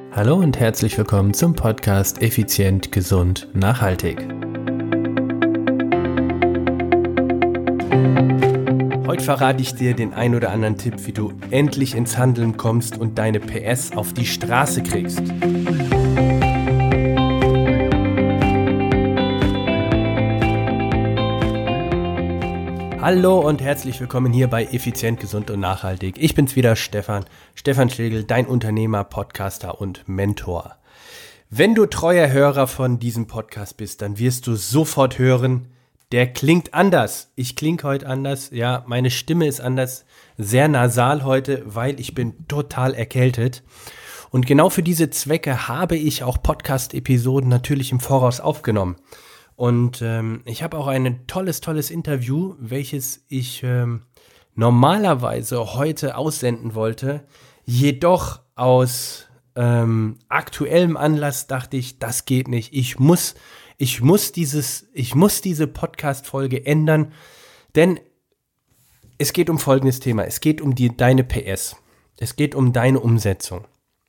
Hallo und herzlich willkommen zum Podcast Effizient, Gesund, Nachhaltig. Heute verrate ich dir den ein oder anderen Tipp, wie du endlich ins Handeln kommst und deine PS auf die Straße kriegst. Hallo und herzlich willkommen hier bei Effizient, Gesund und Nachhaltig. Ich bin's wieder, Stefan Schlegel, dein Unternehmer, Podcaster und Mentor. Wenn du treuer Hörer von diesem Podcast bist, dann wirst du sofort hören, der klingt anders. Ich klinge heute anders, ja, meine Stimme ist anders, sehr nasal heute, weil ich bin total erkältet. Und genau für diese Zwecke habe ich auch Podcast-Episoden natürlich im Voraus aufgenommen. Und ich habe auch ein tolles Interview, welches ich normalerweise heute aussenden wollte. Jedoch aus aktuellem Anlass dachte ich, das geht nicht. Ich muss diese Podcast-Folge ändern, denn es geht um folgendes Thema. Es geht um deine PS. Es geht um deine Umsetzung.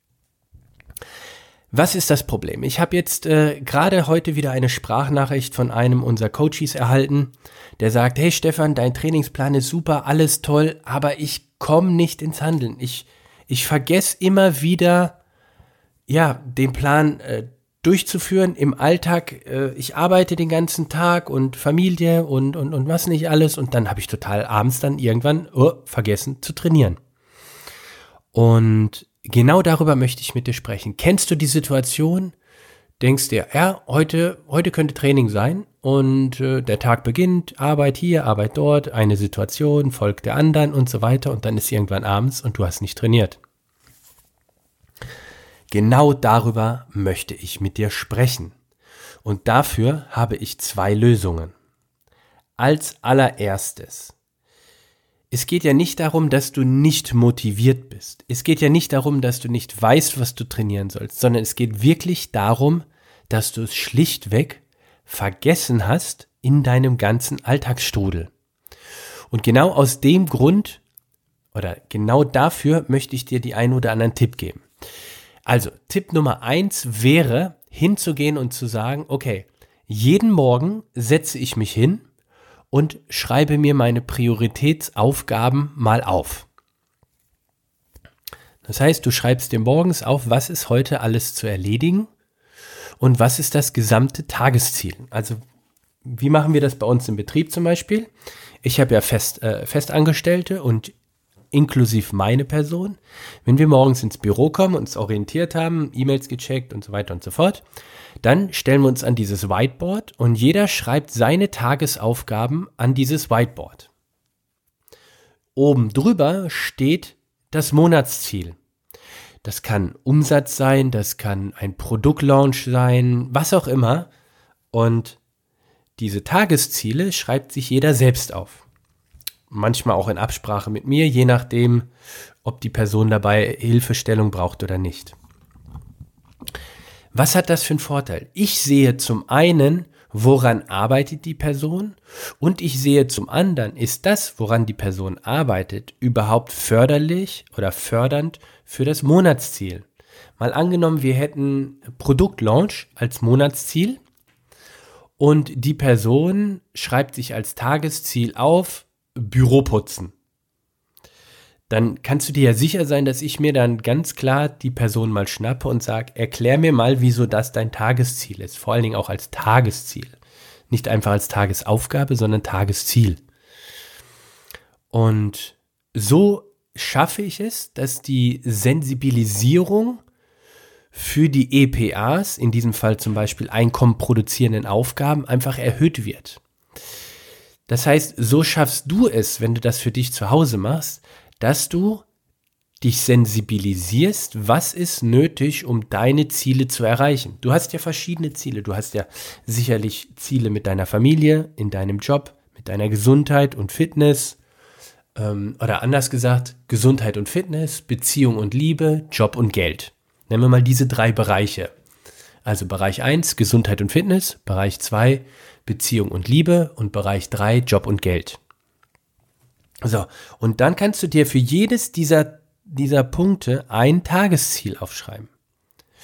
Was ist das Problem? Ich habe jetzt gerade heute wieder eine Sprachnachricht von einem unserer Coaches erhalten, der sagt, hey Stefan, dein Trainingsplan ist super, alles toll, aber ich komme nicht ins Handeln. Ich vergesse immer wieder, ja, den Plan durchzuführen im Alltag. Ich arbeite den ganzen Tag und Familie und was nicht alles und dann habe ich total abends dann irgendwann vergessen zu trainieren. Und genau darüber möchte ich mit dir sprechen. Kennst du die Situation? Denkst dir, ja, heute könnte Training sein und der Tag beginnt, Arbeit hier, Arbeit dort, eine Situation folgt der anderen und so weiter und dann ist irgendwann abends und du hast nicht trainiert. Genau darüber möchte ich mit dir sprechen. Und dafür habe ich 2 Lösungen. Als allererstes: Es geht ja nicht darum, dass du nicht motiviert bist. Es geht ja nicht darum, dass du nicht weißt, was du trainieren sollst, sondern es geht wirklich darum, dass du es schlichtweg vergessen hast in deinem ganzen Alltagsstrudel. Und genau aus dem Grund oder genau dafür möchte ich dir die ein oder anderen Tipp geben. Also, Tipp Nummer 1 wäre, hinzugehen und zu sagen, okay, jeden Morgen setze ich mich hin und schreibe mir meine Prioritätsaufgaben mal auf. Das heißt, du schreibst dir morgens auf, was ist heute alles zu erledigen und was ist das gesamte Tagesziel. Also wie machen wir das bei uns im Betrieb zum Beispiel? Ich habe ja Festangestellte und inklusive meine Person. Wenn wir morgens ins Büro kommen, uns orientiert haben, E-Mails gecheckt und so weiter und so fort, dann stellen wir uns an dieses Whiteboard und jeder schreibt seine Tagesaufgaben an dieses Whiteboard. Oben drüber steht das Monatsziel. Das kann Umsatz sein, das kann ein Produktlaunch sein, was auch immer. Und diese Tagesziele schreibt sich jeder selbst auf. Manchmal auch in Absprache mit mir, je nachdem, ob die Person dabei Hilfestellung braucht oder nicht. Was hat das für einen Vorteil? Ich sehe zum einen, woran arbeitet die Person und ich sehe zum anderen, ist das, woran die Person arbeitet, überhaupt förderlich oder fördernd für das Monatsziel. Mal angenommen, wir hätten Produktlaunch als Monatsziel und die Person schreibt sich als Tagesziel auf, Büro putzen. Dann kannst du dir ja sicher sein, dass ich mir dann ganz klar die Person mal schnappe und sage, erklär mir mal, wieso das dein Tagesziel ist. Vor allen Dingen auch als Tagesziel. Nicht einfach als Tagesaufgabe, sondern Tagesziel. Und so schaffe ich es, dass die Sensibilisierung für die EPAs, in diesem Fall zum Beispiel Einkommen produzierenden Aufgaben, einfach erhöht wird. Das heißt, so schaffst du es, wenn du das für dich zu Hause machst, dass du dich sensibilisierst, was ist nötig, um deine Ziele zu erreichen. Du hast ja verschiedene Ziele. Du hast ja sicherlich Ziele mit deiner Familie, in deinem Job, mit deiner Gesundheit und Fitness. Oder anders gesagt, Gesundheit und Fitness, Beziehung und Liebe, Job und Geld. Nennen wir mal diese 3 Bereiche. Also Bereich 1, Gesundheit und Fitness, Bereich 2, Beziehung und Liebe und Bereich 3, Job und Geld. So, und dann kannst du dir für jedes dieser Punkte ein Tagesziel aufschreiben.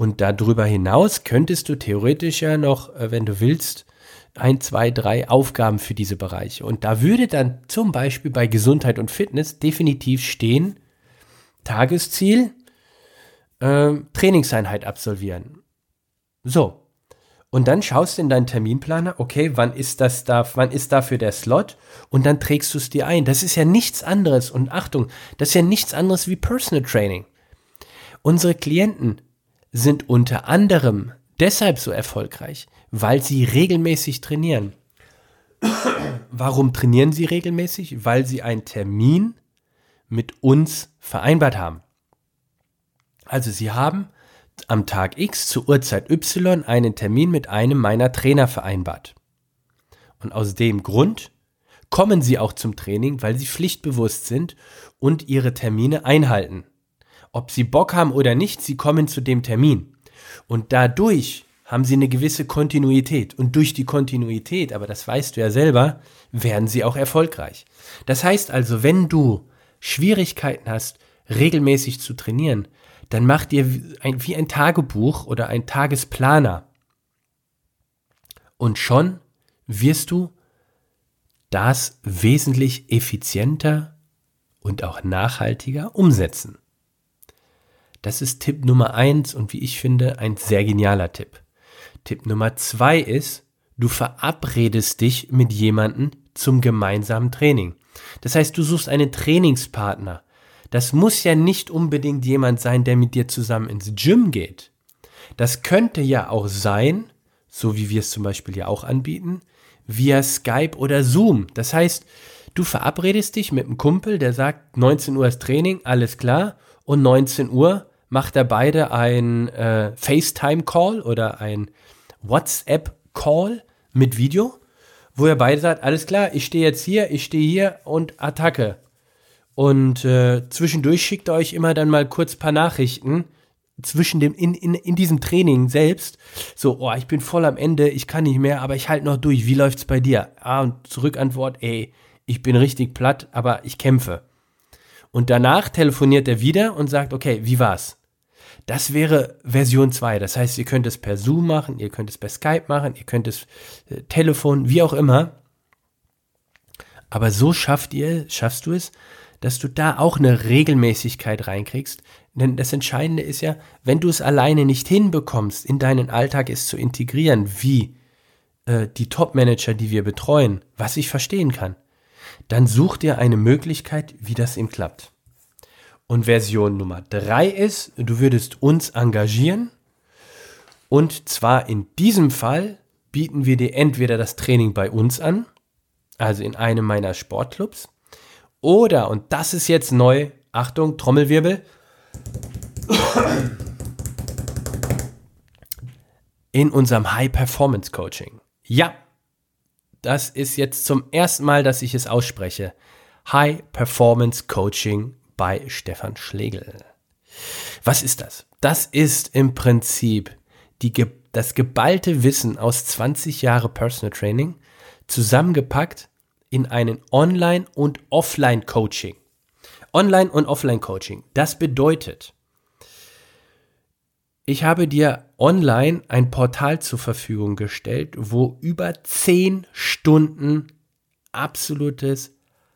Und darüber hinaus könntest du theoretisch ja noch, wenn du willst, 1, 2, 3 Aufgaben für diese Bereiche. Und da würde dann zum Beispiel bei Gesundheit und Fitness definitiv stehen, Tagesziel, Trainingseinheit absolvieren. So. Und dann schaust du in deinen Terminplaner, okay, wann ist dafür der Slot? Und dann trägst du es dir ein. Das ist ja nichts anderes. Und Achtung, das ist ja nichts anderes wie Personal Training. Unsere Klienten sind unter anderem deshalb so erfolgreich, weil sie regelmäßig trainieren. Warum trainieren sie regelmäßig? Weil sie einen Termin mit uns vereinbart haben. Also sie haben am Tag X zur Uhrzeit Y einen Termin mit einem meiner Trainer vereinbart. Und aus dem Grund kommen sie auch zum Training, weil sie pflichtbewusst sind und ihre Termine einhalten. Ob sie Bock haben oder nicht, sie kommen zu dem Termin. Und dadurch haben sie eine gewisse Kontinuität. Und durch die Kontinuität, aber das weißt du ja selber, werden sie auch erfolgreich. Das heißt also, wenn du Schwierigkeiten hast, regelmäßig zu trainieren, dann mach dir wie ein Tagebuch oder ein Tagesplaner. Und schon wirst du das wesentlich effizienter und auch nachhaltiger umsetzen. Das ist Tipp Nummer 1 und wie ich finde, ein sehr genialer Tipp. Tipp Nummer 2 ist, du verabredest dich mit jemandem zum gemeinsamen Training. Das heißt, du suchst einen Trainingspartner. Das muss ja nicht unbedingt jemand sein, der mit dir zusammen ins Gym geht. Das könnte ja auch sein, so wie wir es zum Beispiel ja auch anbieten, via Skype oder Zoom. Das heißt, du verabredest dich mit einem Kumpel, der sagt, 19 Uhr ist Training, alles klar, und 19 Uhr macht er beide ein FaceTime-Call oder ein WhatsApp-Call mit Video, wo ihr beide sagt, alles klar, ich stehe hier und Attacke. Und zwischendurch schickt er euch immer dann mal kurz ein paar Nachrichten in diesem Training selbst. So, oh, ich bin voll am Ende, ich kann nicht mehr, aber ich halte noch durch. Wie läuft's bei dir? Und Zurückantwort, ey, ich bin richtig platt, aber ich kämpfe. Und danach telefoniert er wieder und sagt, okay, wie war's? Das wäre Version 2. Das heißt, ihr könnt es per Zoom machen, ihr könnt es per Skype machen, ihr könnt es Telefon, wie auch immer. Aber so schaffst du es, dass du da auch eine Regelmäßigkeit reinkriegst. Denn das Entscheidende ist ja, wenn du es alleine nicht hinbekommst, in deinen Alltag es zu integrieren, wie die Top-Manager, die wir betreuen, was ich verstehen kann, dann such dir eine Möglichkeit, wie das eben klappt. Und Version Nummer 3 ist, du würdest uns engagieren. Und zwar in diesem Fall bieten wir dir entweder das Training bei uns an, also in einem meiner Sportclubs, oder, und das ist jetzt neu, Achtung, Trommelwirbel, in unserem High-Performance-Coaching. Ja, das ist jetzt zum ersten Mal, dass ich es ausspreche. High-Performance-Coaching bei Stefan Schlegel. Was ist das? Das ist im Prinzip das geballte Wissen aus 20 Jahre Personal Training zusammengepackt in einen Online- und Offline-Coaching. Online- und Offline-Coaching. Das bedeutet, ich habe dir online ein Portal zur Verfügung gestellt, wo über 10 Stunden absolutes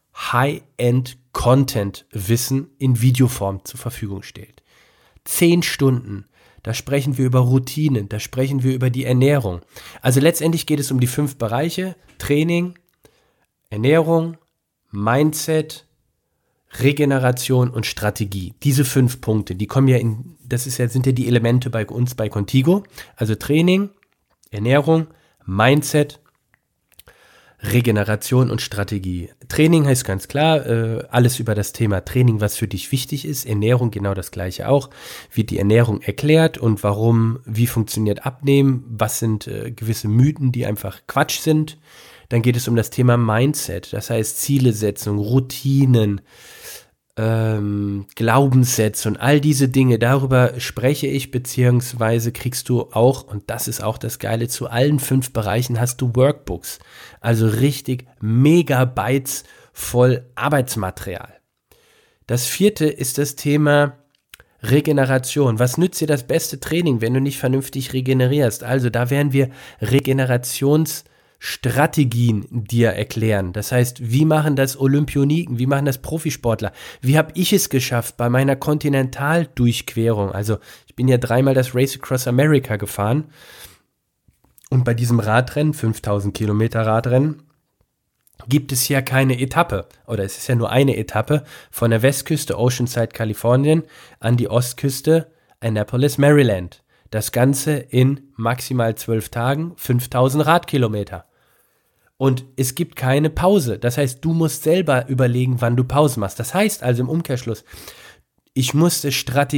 High-End-Content-Wissen in Videoform zur Verfügung steht. 10 Stunden. Da sprechen wir über Routinen, da sprechen wir über die Ernährung. Also letztendlich geht es um die 5 Bereiche: Training, Ernährung, Mindset, Regeneration und Strategie. Diese 5 Punkte, die kommen ja sind ja die Elemente bei uns bei Contigo. Also Training, Ernährung, Mindset, Regeneration und Strategie. Training heißt ganz klar, alles über das Thema Training, was für dich wichtig ist. Ernährung genau das gleiche auch. Wird die Ernährung erklärt und warum, wie funktioniert Abnehmen, was sind gewisse Mythen, die einfach Quatsch sind. Dann geht es um das Thema Mindset, das heißt Zielesetzung, Routinen, Glaubenssätze und all diese Dinge. Darüber spreche ich, beziehungsweise kriegst du auch, und das ist auch das Geile, zu allen 5 Bereichen hast du Workbooks, also richtig Megabytes voll Arbeitsmaterial. Das 4. ist das Thema Regeneration. Was nützt dir das beste Training, wenn du nicht vernünftig regenerierst? Also da werden wir Regenerationsstrategien dir erklären. Das heißt, wie machen das Olympioniken, wie machen das Profisportler? Wie habe ich es geschafft bei meiner Kontinentaldurchquerung? Also ich bin ja 3-mal das Race Across America gefahren und bei diesem Radrennen, 5000 Kilometer Radrennen, gibt es ja keine Etappe, oder es ist ja nur eine Etappe von der Westküste Oceanside, Kalifornien, an die Ostküste Annapolis, Maryland. Das Ganze in maximal 12 Tagen, 5000 Radkilometer. Und es gibt keine Pause. Das heißt, du musst selber überlegen, wann du Pause machst. Das heißt also im Umkehrschluss, ich musste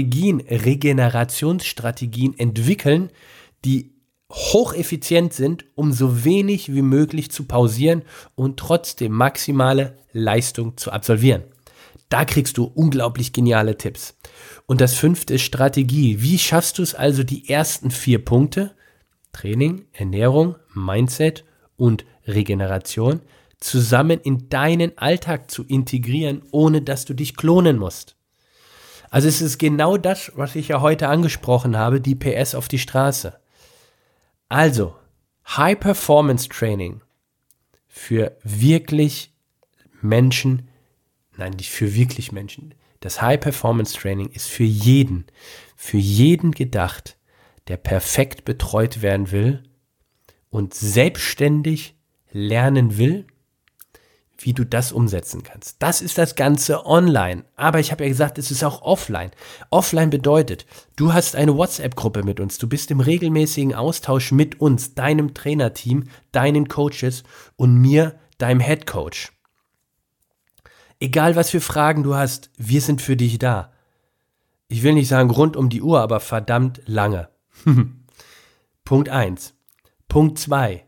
Regenerationsstrategien entwickeln, die hocheffizient sind, um so wenig wie möglich zu pausieren und trotzdem maximale Leistung zu absolvieren. Da kriegst du unglaublich geniale Tipps. Und das 5. ist Strategie. Wie schaffst du es also, die ersten 4 Punkte, Training, Ernährung, Mindset und Regeneration, zusammen in deinen Alltag zu integrieren, ohne dass du dich klonen musst? Also es ist genau das, was ich ja heute angesprochen habe, die PS auf die Straße. Also, High-Performance-Training für wirklich Menschen, nein, nicht für wirklich Menschen. Das High-Performance-Training ist für jeden gedacht, der perfekt betreut werden will und selbstständig lernen will, wie du das umsetzen kannst. Das ist das Ganze online. Aber ich habe ja gesagt, es ist auch offline. Offline bedeutet, du hast eine WhatsApp-Gruppe mit uns. Du bist im regelmäßigen Austausch mit uns, deinem Trainerteam, deinen Coaches und mir, deinem Headcoach. Egal, was für Fragen du hast, wir sind für dich da. Ich will nicht sagen rund um die Uhr, aber verdammt lange. Punkt 1. Punkt 2.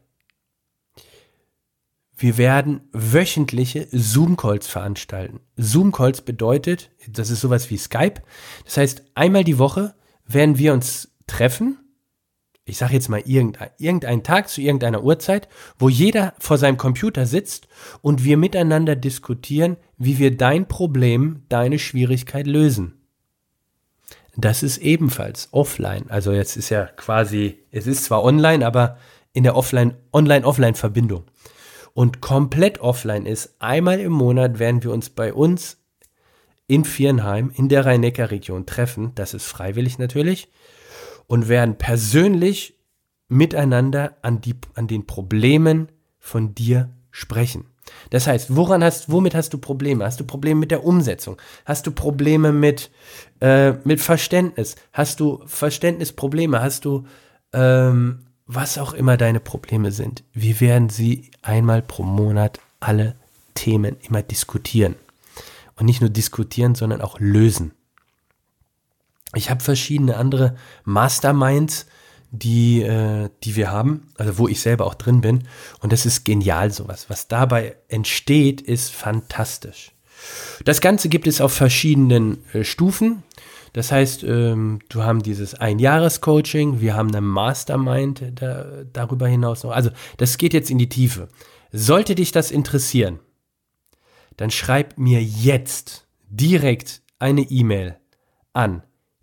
Wir werden wöchentliche Zoom-Calls veranstalten. Zoom-Calls bedeutet, das ist sowas wie Skype. Das heißt, einmal die Woche werden wir uns treffen. Ich sage jetzt mal irgendeinen Tag zu irgendeiner Uhrzeit, wo jeder vor seinem Computer sitzt und wir miteinander diskutieren, wie wir dein Problem, deine Schwierigkeit lösen. Das ist ebenfalls offline. Also jetzt ist ja quasi, es ist zwar online, aber in der Online-Offline-Verbindung. Und komplett offline ist, einmal im Monat werden wir uns bei uns in Viernheim in der Rhein-Neckar-Region treffen, das ist freiwillig natürlich, und werden persönlich miteinander an den Problemen von dir sprechen. Das heißt, womit hast du Probleme? Hast du Probleme mit der Umsetzung? Hast du Probleme mit Verständnis? Hast du Verständnisprobleme? Hast du was auch immer deine Probleme sind, wir werden sie einmal pro Monat alle Themen immer diskutieren. Und nicht nur diskutieren, sondern auch lösen. Ich habe verschiedene andere Masterminds, die wir haben, also wo ich selber auch drin bin. Und das ist genial sowas. Was dabei entsteht, ist fantastisch. Das Ganze gibt es auf verschiedenen Stufen. Das heißt, du haben dieses Einjahres-Coaching, wir haben eine Mastermind darüber hinaus noch. Also das geht jetzt in die Tiefe. Sollte dich das interessieren, dann schreib mir jetzt direkt eine E-Mail an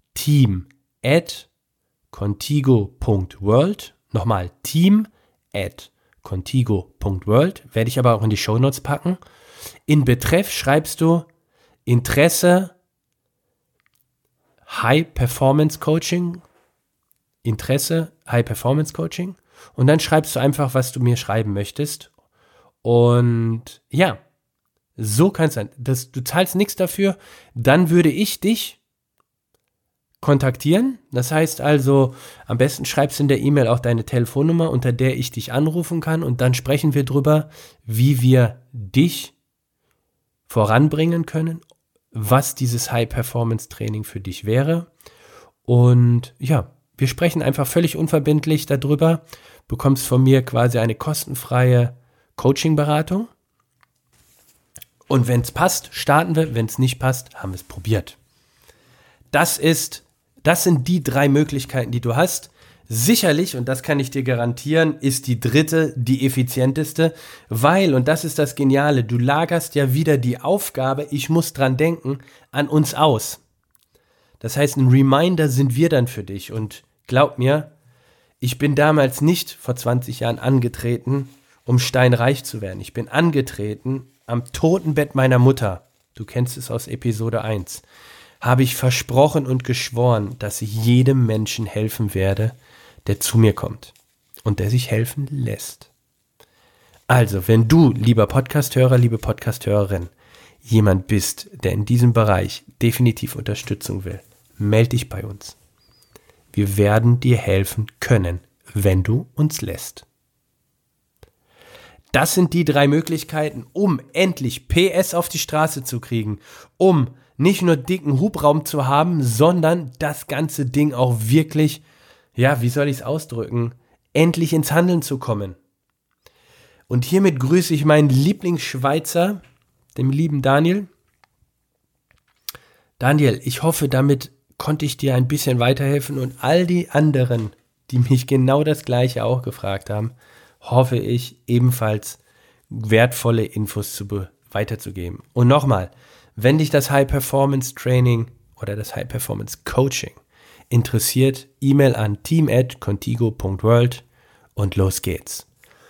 team@contigo.world. Nochmal, team@contigo.world. Werde ich aber auch in die Shownotes packen. In Betreff schreibst du Interesse High-Performance-Coaching, Interesse, High-Performance-Coaching und dann schreibst du einfach, was du mir schreiben möchtest und ja, so kann es sein. Du zahlst nichts dafür, dann würde ich dich kontaktieren, das heißt also, am besten schreibst du in der E-Mail auch deine Telefonnummer, unter der ich dich anrufen kann und dann sprechen wir drüber, wie wir dich voranbringen können, was dieses High-Performance-Training für dich wäre. Und ja, wir sprechen einfach völlig unverbindlich darüber, bekommst von mir quasi eine kostenfreie Coaching-Beratung. Und wenn es passt, starten wir. Wenn es nicht passt, haben wir es probiert. Das sind die 3 Möglichkeiten, die du hast. Sicherlich, und das kann ich dir garantieren, ist die dritte die effizienteste, weil, und das ist das Geniale, du lagerst ja wieder die Aufgabe, ich muss dran denken, an uns aus. Das heißt, ein Reminder sind wir dann für dich. Und glaub mir, ich bin damals nicht vor 20 Jahren angetreten, um steinreich zu werden. Ich bin angetreten am Totenbett meiner Mutter. Du kennst es aus Episode 1. Habe ich versprochen und geschworen, dass ich jedem Menschen helfen werde, der zu mir kommt und der sich helfen lässt. Also, wenn du, lieber Podcasthörer, liebe Podcasthörerin, jemand bist, der in diesem Bereich definitiv Unterstützung will, melde dich bei uns. Wir werden dir helfen können, wenn du uns lässt. Das sind die 3 Möglichkeiten, um endlich PS auf die Straße zu kriegen, um nicht nur dicken Hubraum zu haben, sondern das ganze Ding auch wirklich, ja, wie soll ich es ausdrücken, endlich ins Handeln zu kommen. Und hiermit grüße ich meinen Lieblingsschweizer, dem lieben Daniel. Daniel, ich hoffe, damit konnte ich dir ein bisschen weiterhelfen und all die anderen, die mich genau das Gleiche auch gefragt haben, hoffe ich ebenfalls wertvolle Infos weiterzugeben. Und nochmal, wenn dich das High-Performance-Training oder das High-Performance-Coaching interessiert, E-Mail an team@contigo.world und los geht's.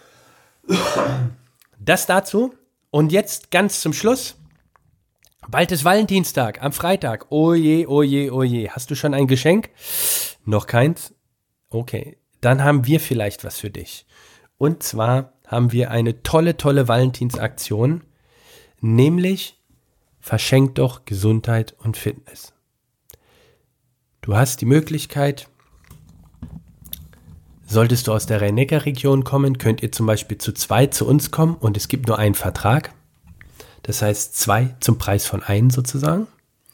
Das dazu. Und jetzt ganz zum Schluss. Bald ist Valentinstag, am Freitag. Oje, oje, oje. Hast du schon ein Geschenk? Noch keins? Okay, dann haben wir vielleicht was für dich. Und zwar haben wir eine tolle, tolle Valentinsaktion, nämlich verschenk doch Gesundheit und Fitness. Du hast die Möglichkeit, solltest du aus der Rhein-Neckar-Region kommen, könnt ihr zum Beispiel zu 2 zu uns kommen und es gibt nur einen Vertrag. Das heißt 2 zum Preis von 1 sozusagen.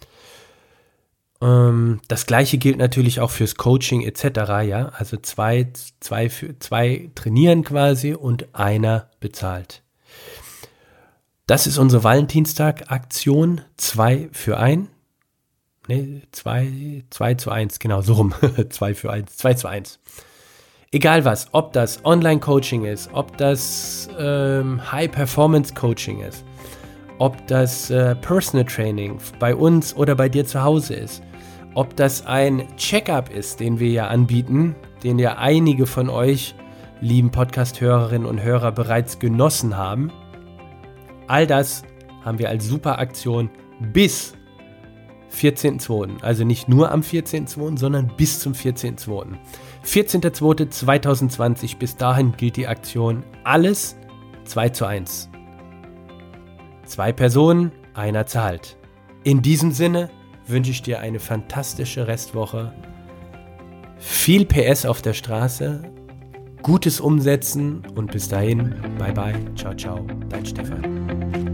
Das gleiche gilt natürlich auch fürs Coaching etc. Ja? Also 2 trainieren quasi und einer bezahlt. Das ist unsere Valentinstag-Aktion 2 für 1. Ne, 2 zu 1, genau, so rum. 2 für 1, 2 zu 1. Egal was, ob das Online-Coaching ist, ob das High-Performance-Coaching ist, ob das Personal Training bei uns oder bei dir zu Hause ist, ob das ein Check-up ist, den wir ja anbieten, den ja einige von euch, lieben Podcast-Hörerinnen und Hörer, bereits genossen haben. All das haben wir als super Aktion bis 14.02. Also nicht nur am 14.02., sondern bis zum 14.02. 14.02.2020, bis dahin gilt die Aktion alles 2 zu 1. 2 Personen, einer zahlt. In diesem Sinne wünsche ich dir eine fantastische Restwoche. Viel PS auf der Straße, gutes Umsetzen und bis dahin, bye bye, ciao, ciao, dein Stefan.